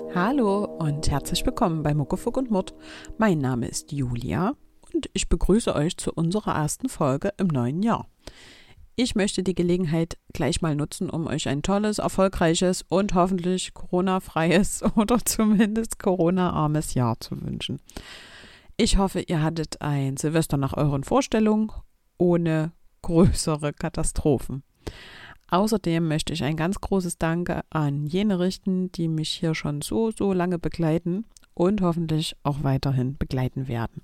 Hallo und herzlich willkommen bei Muckefuck und Mord. Mein Name ist Julia und ich begrüße euch zu unserer ersten Folge im neuen Jahr. Ich möchte die Gelegenheit gleich mal nutzen, um euch ein tolles, erfolgreiches und hoffentlich Corona-freies oder zumindest Corona-armes Jahr zu wünschen. Ich hoffe, ihr hattet ein Silvester nach euren Vorstellungen ohne größere Katastrophen. Außerdem möchte ich ein ganz großes Danke an jene richten, die mich hier schon so lange begleiten und hoffentlich auch weiterhin begleiten werden.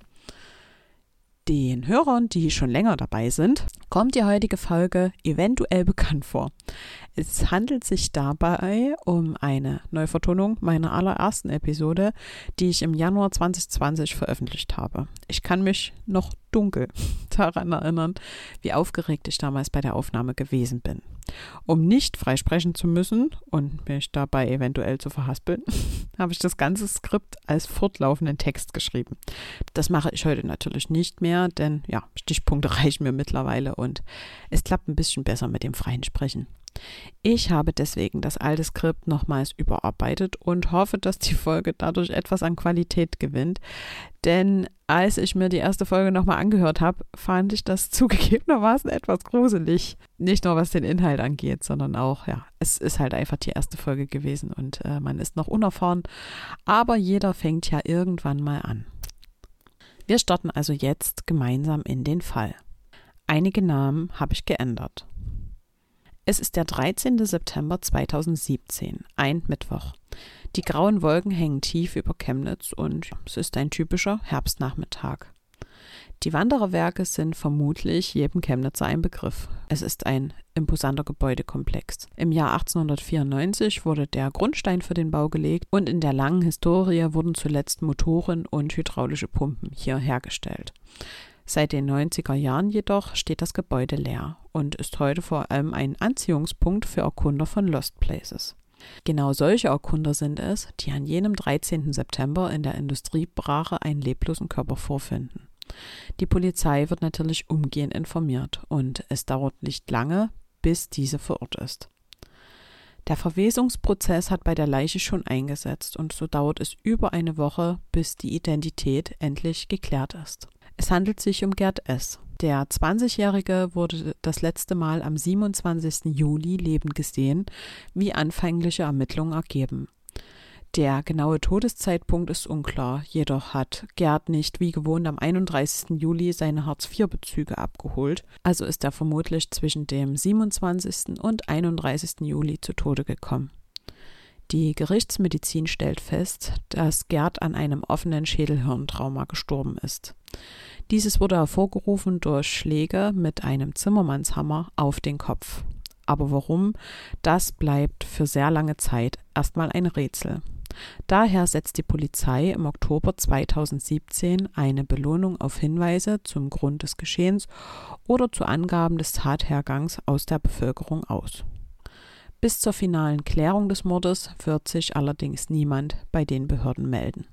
Den Hörern, die schon länger dabei sind, kommt die heutige Folge eventuell bekannt vor. Es handelt sich dabei um eine Neuvertonung meiner allerersten Episode, die ich im Januar 2020 veröffentlicht habe. Ich kann mich noch dunkel daran erinnern, wie aufgeregt ich damals bei der Aufnahme gewesen bin. Um nicht freisprechen zu müssen und mich dabei eventuell zu verhaspeln, habe ich das ganze Skript als fortlaufenden Text geschrieben. Das mache ich heute natürlich nicht mehr, denn ja, Stichpunkte reichen mir mittlerweile und es klappt ein bisschen besser mit dem freien Sprechen. Ich habe deswegen das alte Skript nochmals überarbeitet und hoffe, dass die Folge dadurch etwas an Qualität gewinnt, denn als ich mir die erste Folge nochmal angehört habe, fand ich das zugegebenermaßen etwas gruselig. Nicht nur was den Inhalt angeht, sondern auch, ja, es ist halt einfach die erste Folge gewesen und man ist noch unerfahren, aber jeder fängt ja irgendwann mal an. Wir starten also jetzt gemeinsam in den Fall. Einige Namen habe ich geändert. Es ist der 13. September 2017, ein Mittwoch. Die grauen Wolken hängen tief über Chemnitz und es ist ein typischer Herbstnachmittag. Die Wandererwerke sind vermutlich jedem Chemnitzer ein Begriff. Es ist ein imposanter Gebäudekomplex. Im Jahr 1894 wurde der Grundstein für den Bau gelegt und in der langen Historie wurden zuletzt Motoren und hydraulische Pumpen hier hergestellt. Seit den 90er Jahren jedoch steht das Gebäude leer und ist heute vor allem ein Anziehungspunkt für Erkunder von Lost Places. Genau solche Erkunder sind es, die an jenem 13. September in der Industriebrache einen leblosen Körper vorfinden. Die Polizei wird natürlich umgehend informiert und es dauert nicht lange, bis diese vor Ort ist. Der Verwesungsprozess hat bei der Leiche schon eingesetzt und so dauert es über eine Woche, bis die Identität endlich geklärt ist. Es handelt sich um Gerd S. Der 20-Jährige wurde das letzte Mal am 27. Juli lebend gesehen, wie anfängliche Ermittlungen ergeben. Der genaue Todeszeitpunkt ist unklar, jedoch hat Gerd nicht wie gewohnt am 31. Juli seine Hartz-IV-Bezüge abgeholt, also ist er vermutlich zwischen dem 27. und 31. Juli zu Tode gekommen. Die Gerichtsmedizin stellt fest, dass Gerd an einem offenen Schädelhirntrauma gestorben ist. Dieses wurde hervorgerufen durch Schläge mit einem Zimmermannshammer auf den Kopf. Aber warum, das bleibt für sehr lange Zeit erstmal ein Rätsel. Daher setzt die Polizei im Oktober 2017 eine Belohnung auf Hinweise zum Grund des Geschehens oder zu Angaben des Tathergangs aus der Bevölkerung aus. Bis zur finalen Klärung des Mordes wird sich allerdings niemand bei den Behörden melden.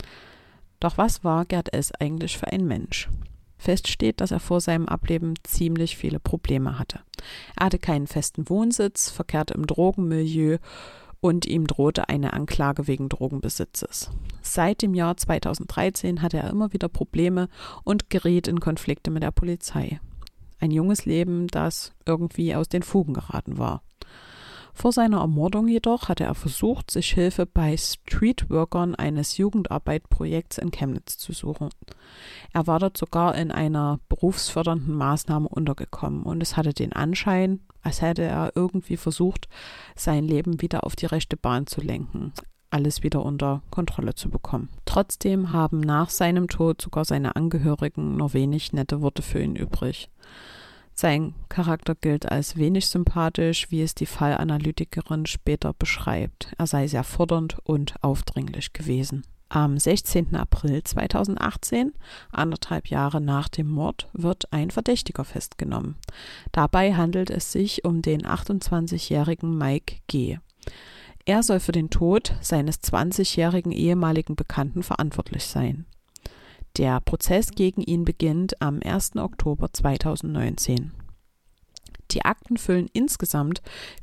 Doch was war Gerd S. eigentlich für ein Mensch? Fest steht, dass er vor seinem Ableben ziemlich viele Probleme hatte. Er hatte keinen festen Wohnsitz, verkehrte im Drogenmilieu und ihm drohte eine Anklage wegen Drogenbesitzes. Seit dem Jahr 2013 hatte er immer wieder Probleme und geriet in Konflikte mit der Polizei. Ein junges Leben, das irgendwie aus den Fugen geraten war. Vor seiner Ermordung jedoch hatte er versucht, sich Hilfe bei Streetworkern eines Jugendarbeitprojekts in Chemnitz zu suchen. Er war dort sogar in einer berufsfördernden Maßnahme untergekommen und es hatte den Anschein, als hätte er irgendwie versucht, sein Leben wieder auf die rechte Bahn zu lenken, alles wieder unter Kontrolle zu bekommen. Trotzdem haben nach seinem Tod sogar seine Angehörigen nur wenig nette Worte für ihn übrig. Sein Charakter gilt als wenig sympathisch, wie es die Fallanalytikerin später beschreibt. Er sei sehr fordernd und aufdringlich gewesen. Am 16. April 2018, 1,5 Jahre nach dem Mord, wird ein Verdächtiger festgenommen. Dabei handelt es sich um den 28-jährigen Mike G. Er soll für den Tod seines 20-jährigen ehemaligen Bekannten verantwortlich sein. Der Prozess gegen ihn beginnt am 1. Oktober 2019. Die Akten füllen insgesamt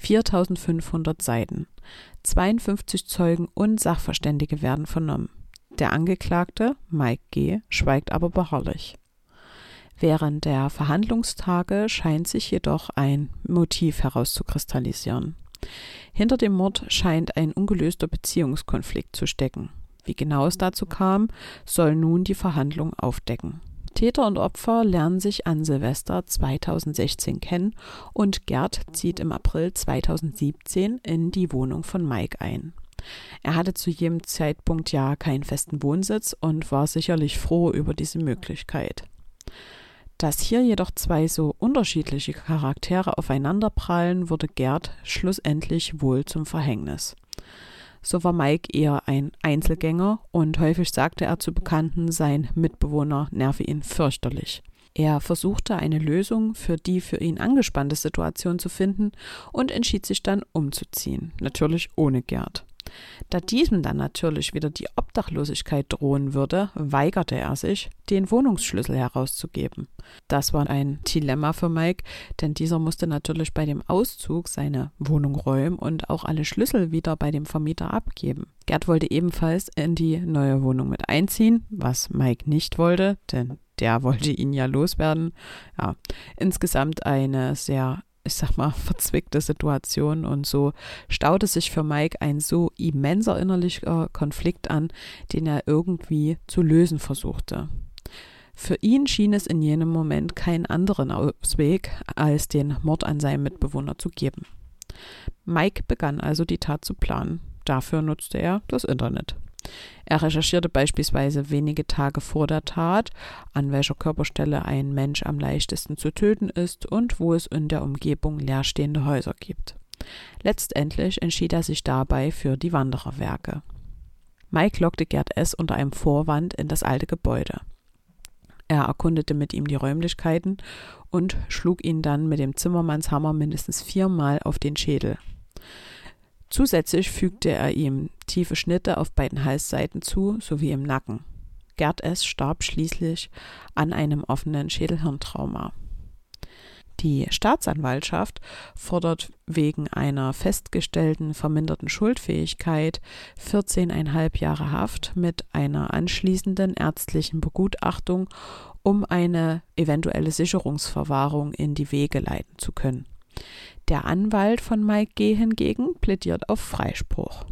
4.500 Seiten. 52 Zeugen und Sachverständige werden vernommen. Der Angeklagte, Mike G., schweigt aber beharrlich. Während der Verhandlungstage scheint sich jedoch ein Motiv herauszukristallisieren. Hinter dem Mord scheint ein ungelöster Beziehungskonflikt zu stecken. Wie genau es dazu kam, soll nun die Verhandlung aufdecken. Täter und Opfer lernen sich an Silvester 2016 kennen und Gerd zieht im April 2017 in die Wohnung von Mike ein. Er hatte zu jedem Zeitpunkt ja keinen festen Wohnsitz und war sicherlich froh über diese Möglichkeit. Dass hier jedoch zwei so unterschiedliche Charaktere aufeinanderprallen, wurde Gerd schlussendlich wohl zum Verhängnis. So war Mike eher ein Einzelgänger und häufig sagte er zu Bekannten, sein Mitbewohner nerve ihn fürchterlich. Er versuchte eine Lösung für die für ihn angespannte Situation zu finden und entschied sich dann umzuziehen, natürlich ohne Gerd. Da diesem dann natürlich wieder die Obdachlosigkeit drohen würde, weigerte er sich, den Wohnungsschlüssel herauszugeben. Das war ein Dilemma für Mike, denn dieser musste natürlich bei dem Auszug seine Wohnung räumen und auch alle Schlüssel wieder bei dem Vermieter abgeben. Gerd wollte ebenfalls in die neue Wohnung mit einziehen, was Mike nicht wollte, denn der wollte ihn ja loswerden. Ja, insgesamt eine sehr verzwickte Situation und so staute sich für Mike ein so immenser innerlicher Konflikt an, den er irgendwie zu lösen versuchte. Für ihn schien es in jenem Moment keinen anderen Ausweg, als den Mord an seinem Mitbewohner zu geben. Mike begann also die Tat zu planen. Dafür nutzte er das Internet. Er recherchierte beispielsweise wenige Tage vor der Tat, an welcher Körperstelle ein Mensch am leichtesten zu töten ist und wo es in der Umgebung leerstehende Häuser gibt. Letztendlich entschied er sich dabei für die Wandererwerke. Mike lockte Gerd S. unter einem Vorwand in das alte Gebäude. Er erkundete mit ihm die Räumlichkeiten und schlug ihn dann mit dem Zimmermannshammer mindestens 4-mal auf den Schädel. Zusätzlich fügte er ihm tiefe Schnitte auf beiden Halsseiten zu, sowie im Nacken. Gerd S. starb schließlich an einem offenen Schädelhirntrauma. Die Staatsanwaltschaft fordert wegen einer festgestellten verminderten Schuldfähigkeit 14,5 Jahre Haft mit einer anschließenden ärztlichen Begutachtung, um eine eventuelle Sicherungsverwahrung in die Wege leiten zu können. Der Anwalt von Mike G. hingegen plädiert auf Freispruch.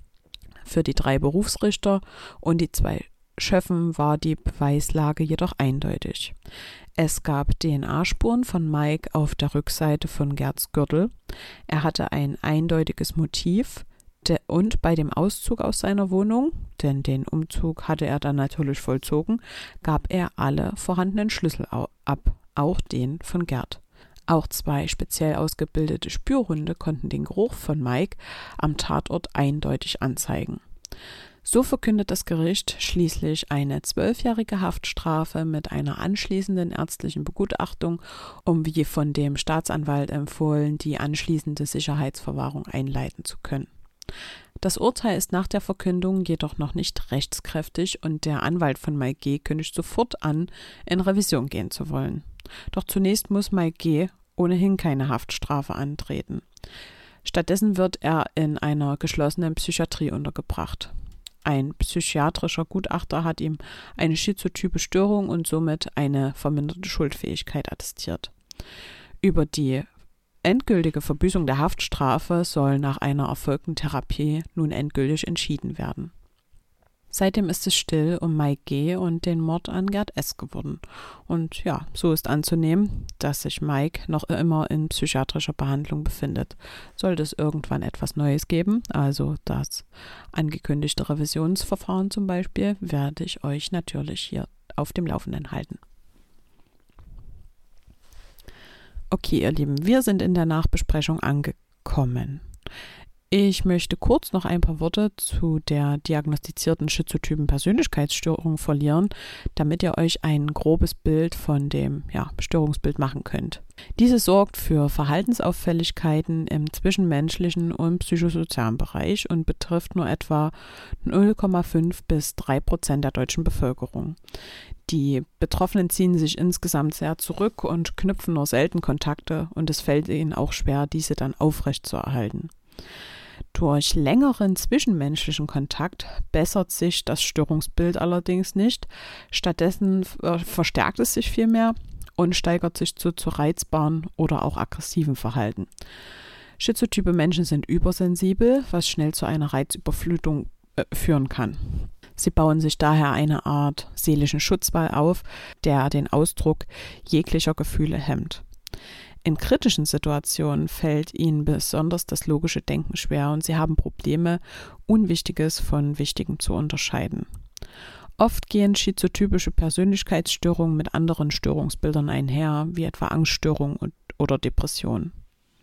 Für die 3 Berufsrichter und die 2 Schöffen war die Beweislage jedoch eindeutig. Es gab DNA-Spuren von Mike auf der Rückseite von Gerds Gürtel. Er hatte ein eindeutiges Motiv und bei dem Auszug aus seiner Wohnung, denn den Umzug hatte er dann natürlich vollzogen, gab er alle vorhandenen Schlüssel ab, auch den von Gerd. Auch 2 speziell ausgebildete Spürhunde konnten den Geruch von Mike am Tatort eindeutig anzeigen. So verkündet das Gericht schließlich eine 12-jährige Haftstrafe mit einer anschließenden ärztlichen Begutachtung, um wie von dem Staatsanwalt empfohlen, die anschließende Sicherheitsverwahrung einleiten zu können. Das Urteil ist nach der Verkündung jedoch noch nicht rechtskräftig und der Anwalt von Mike G. kündigt sofort an, in Revision gehen zu wollen. Doch zunächst muss Mike G. ohnehin keine Haftstrafe antreten. Stattdessen wird er in einer geschlossenen Psychiatrie untergebracht. Ein psychiatrischer Gutachter hat ihm eine schizotype Störung und somit eine verminderte Schuldfähigkeit attestiert. Über die endgültige Verbüßung der Haftstrafe soll nach einer erfolgten Therapie nun endgültig entschieden werden. Seitdem ist es still um Mike G. und den Mord an Gerd S. geworden. Und ja, so ist anzunehmen, dass sich Mike noch immer in psychiatrischer Behandlung befindet. Sollte es irgendwann etwas Neues geben, also das angekündigte Revisionsverfahren zum Beispiel, werde ich euch natürlich hier auf dem Laufenden halten. Okay, ihr Lieben, wir sind in der Nachbesprechung angekommen. Ich möchte kurz noch ein paar Worte zu der diagnostizierten schizotypen Persönlichkeitsstörung verlieren, damit ihr euch ein grobes Bild von dem Störungsbild machen könnt. Diese sorgt für Verhaltensauffälligkeiten im zwischenmenschlichen und psychosozialen Bereich und betrifft nur etwa 0,5 bis 3% der deutschen Bevölkerung. Die Betroffenen ziehen sich insgesamt sehr zurück und knüpfen nur selten Kontakte und es fällt ihnen auch schwer, diese dann aufrechtzuerhalten. Durch längeren zwischenmenschlichen Kontakt bessert sich das Störungsbild allerdings nicht. Stattdessen verstärkt es sich vielmehr und steigert sich zu reizbaren oder auch aggressiven Verhalten. Schizotype Menschen sind übersensibel, was schnell zu einer Reizüberflutung führen kann. Sie bauen sich daher eine Art seelischen Schutzwall auf, der den Ausdruck jeglicher Gefühle hemmt. In kritischen Situationen fällt ihnen besonders das logische Denken schwer und sie haben Probleme, Unwichtiges von Wichtigem zu unterscheiden. Oft gehen schizotypische Persönlichkeitsstörungen mit anderen Störungsbildern einher, wie etwa Angststörung oder Depression.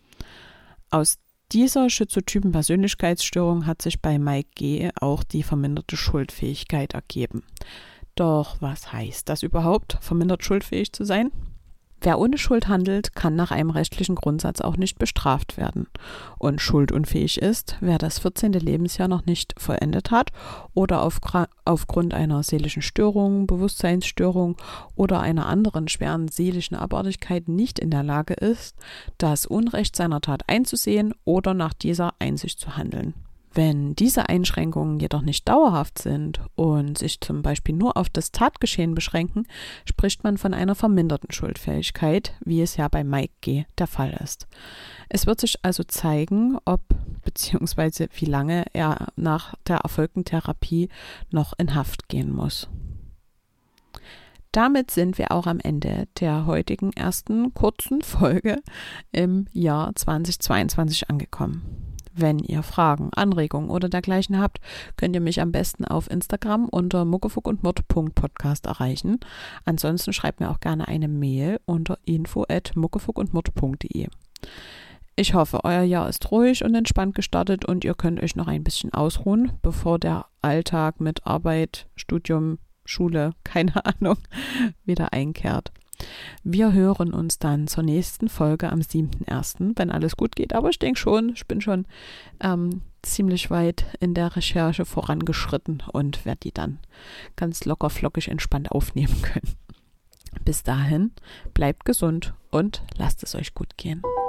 Aus dieser schizotypen Persönlichkeitsstörung hat sich bei Mike G. auch die verminderte Schuldfähigkeit ergeben. Doch was heißt das überhaupt, vermindert schuldfähig zu sein? Wer ohne Schuld handelt, kann nach einem rechtlichen Grundsatz auch nicht bestraft werden. Und schuldunfähig ist, wer das 14. Lebensjahr noch nicht vollendet hat oder aufgrund einer seelischen Störung, Bewusstseinsstörung oder einer anderen schweren seelischen Abartigkeit nicht in der Lage ist, das Unrecht seiner Tat einzusehen oder nach dieser Einsicht zu handeln. Wenn diese Einschränkungen jedoch nicht dauerhaft sind und sich zum Beispiel nur auf das Tatgeschehen beschränken, spricht man von einer verminderten Schuldfähigkeit, wie es ja bei Mike G. der Fall ist. Es wird sich also zeigen, ob bzw. wie lange er nach der erfolgten Therapie noch in Haft gehen muss. Damit sind wir auch am Ende der heutigen ersten kurzen Folge im Jahr 2022 angekommen. Wenn ihr Fragen, Anregungen oder dergleichen habt, könnt ihr mich am besten auf Instagram unter muckefuckundmord.podcast erreichen. Ansonsten schreibt mir auch gerne eine Mail unter info@muckefuckundmord.de. Ich hoffe, euer Jahr ist ruhig und entspannt gestartet und ihr könnt euch noch ein bisschen ausruhen, bevor der Alltag mit Arbeit, Studium, Schule, keine Ahnung, wieder einkehrt. Wir hören uns dann zur nächsten Folge am 7.1., wenn alles gut geht. Aber ich denke schon, ich bin schon ziemlich weit in der Recherche vorangeschritten und werde die dann ganz locker, flockig, entspannt aufnehmen können. Bis dahin, bleibt gesund und lasst es euch gut gehen.